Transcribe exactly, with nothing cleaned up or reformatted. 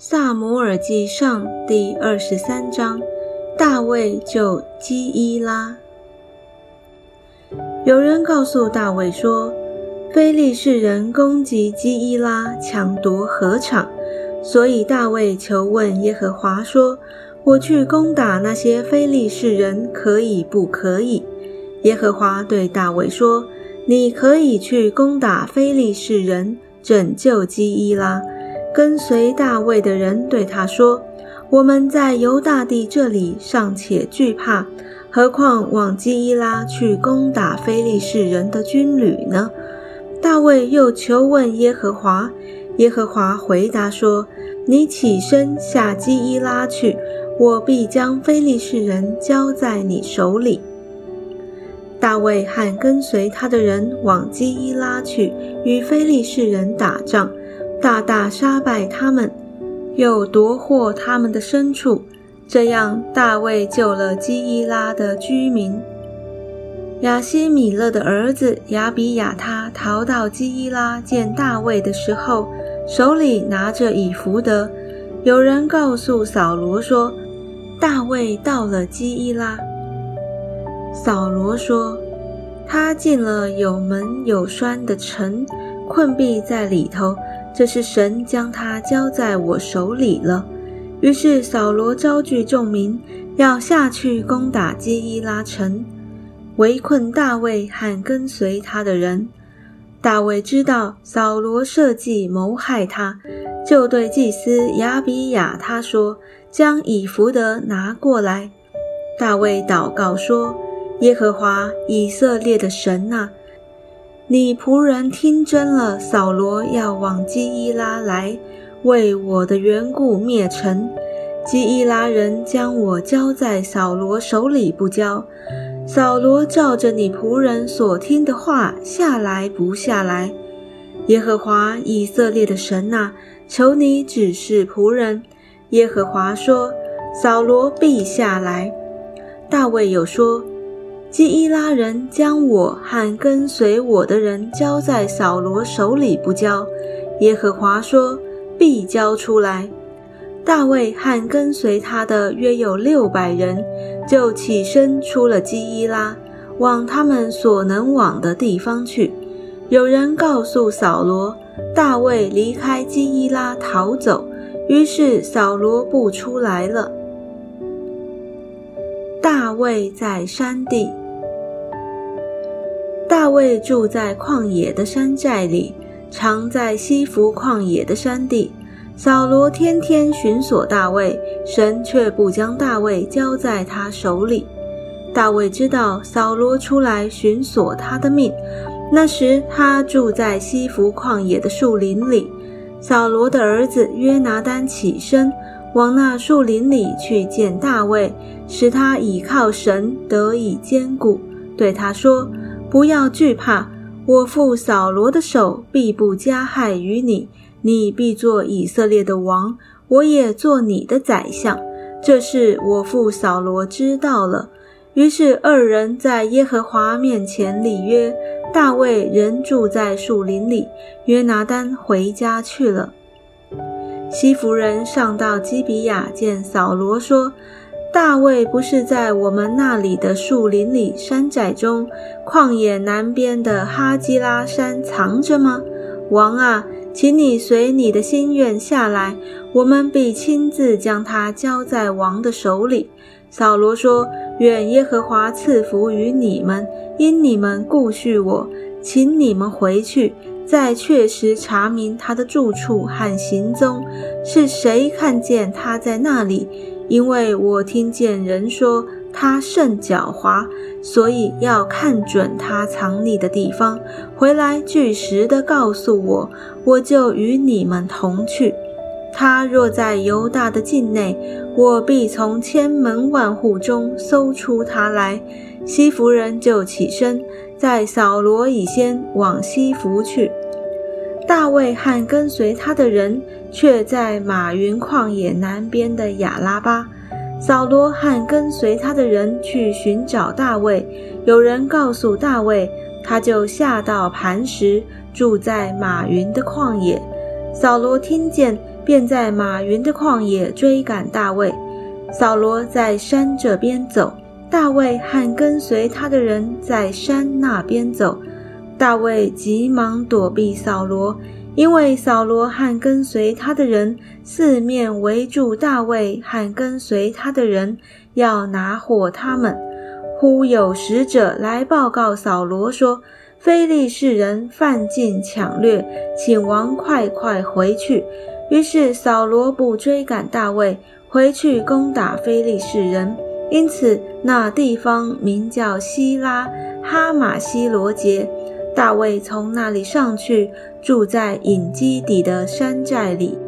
撒母耳记上第二十三章，大卫救基伊拉。有人告诉大卫说，非利士人攻击基伊拉，抢夺禾场，所以大卫求问耶和华说，我去攻打那些非利士人可以不可以？耶和华对大卫说，你可以去攻打非利士人，拯救基伊拉。跟随大卫的人对他说，我们在犹大地这里尚且惧怕，何况往基伊拉去攻打非利士人的军旅呢？大卫又求问耶和华，耶和华回答说，你起身下基伊拉去，我必将非利士人交在你手里。大卫和跟随他的人往基伊拉去，与非利士人打仗，大大杀败他们，又夺获他们的牲畜。这样大卫救了基伊拉的居民。亚希米勒的儿子亚比亚他逃到基伊拉见大卫的时候，手里拿着以弗得。有人告诉扫罗说，大卫到了基伊拉。扫罗说，他进了有门有栓的城，困闭在里头，这是神将他交在我手里了。于是扫罗招聚众民，要下去攻打基伊拉城，围困大卫和跟随他的人。大卫知道扫罗设计谋害他，就对祭司亚比亚他说，将以弗得拿过来。大卫祷告说，耶和华以色列的神啊，你仆人听真了，扫罗要往基伊拉来，为我的缘故灭城。基伊拉人将我交在扫罗手里不交，扫罗照着你仆人所听的话下来不下来？耶和华以色列的神啊，求你指示仆人。耶和华说，扫罗必下来。大卫又说，基伊拉人将我和跟随我的人交在扫罗手里不交？耶和华说，必交出来。大卫和跟随他的约有六百人，就起身出了基伊拉，往他们所能往的地方去。有人告诉扫罗，大卫离开基伊拉逃走，于是扫罗不出来了。大卫在山地。大卫住在旷野的山寨里，常在西弗旷野的山地。扫罗天天寻索大卫，神却不将大卫交在他手里。大卫知道扫罗出来寻索他的命，那时他住在西弗旷野的树林里。扫罗的儿子约拿单起身，往那树林里去见大卫，使他倚靠神得以坚固，对他说，不要惧怕，我父扫罗的手必不加害于你，你必做以色列的王，我也做你的宰相。这事我父扫罗知道了。于是二人在耶和华面前立约，大卫仍住在树林里，约拿单回家去了。西弗人上到基比亚见扫罗说，大卫不是在我们那里的树林里山寨中，旷野南边的哈基拉山藏着吗？王啊，请你随你的心愿下来，我们必亲自将他交在王的手里。扫罗说，愿耶和华赐福于你们，因你们顾恤我，请你们回去，再确实查明他的住处和行踪，是谁看见他在那里？因为我听见人说他甚狡猾，所以要看准他藏匿的地方，回来据实地告诉我，我就与你们同去。他若在犹大的境内，我必从千门万户中搜出他来。西弗人就起身，在扫罗以先往西弗去。大卫和跟随他的人却在马云旷野南边的亚拉巴。扫罗和跟随他的人去寻找大卫，有人告诉大卫，他就下到磐石，住在马云的旷野。扫罗听见， 便在马云的旷野追赶大卫。扫罗在山这边走，大卫和跟随他的人在山那边走。大卫急忙躲避扫罗，因为扫罗和跟随他的人四面围住大卫和跟随他的人，要拿活他们。忽有使者来报告扫罗说，非利士人犯境抢掠，请王快快回去。于是扫罗不追赶大卫，回去攻打非利士人。因此那地方名叫希拉哈马西罗节。大卫从那里上去，住在隐基底的山寨里。